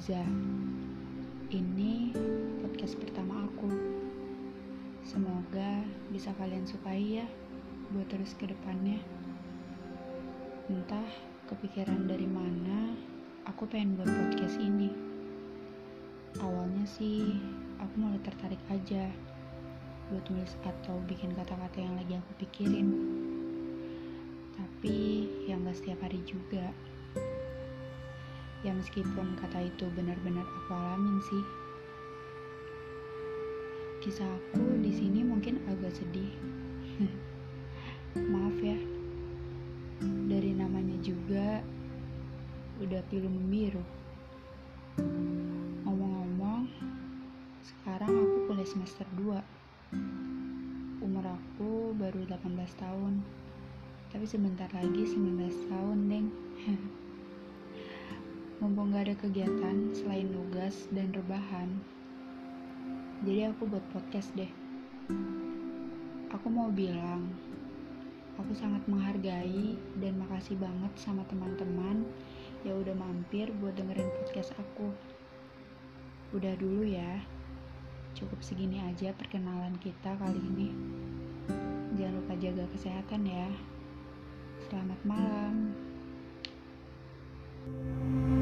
Liza. Ini podcast pertama aku. Semoga bisa kalian sukai ya buat terus ke depannya. Entah kepikiran dari mana aku pengen buat podcast ini. Awalnya sih aku mulai tertarik aja buat tulis atau bikin kata-kata yang lagi aku pikirin. Tapi yang gak setiap hari juga. Ya meskipun kata itu benar-benar aku alamin sih. Kisah aku di sini mungkin agak sedih. Maaf ya. Dari namanya juga udah pilu membiru. Ngomong-ngomong, sekarang aku kuliah semester 2. Umur aku baru 18 tahun. Tapi sebentar lagi 19 tahun, Deng. Mumpung gak ada kegiatan selain nugas dan rebahan, jadi aku buat podcast deh. Aku mau bilang, aku sangat menghargai dan makasih banget sama teman-teman yang udah mampir buat dengerin podcast aku. Udah dulu ya, cukup segini aja perkenalan kita kali ini. Jangan lupa jaga kesehatan ya. Selamat malam.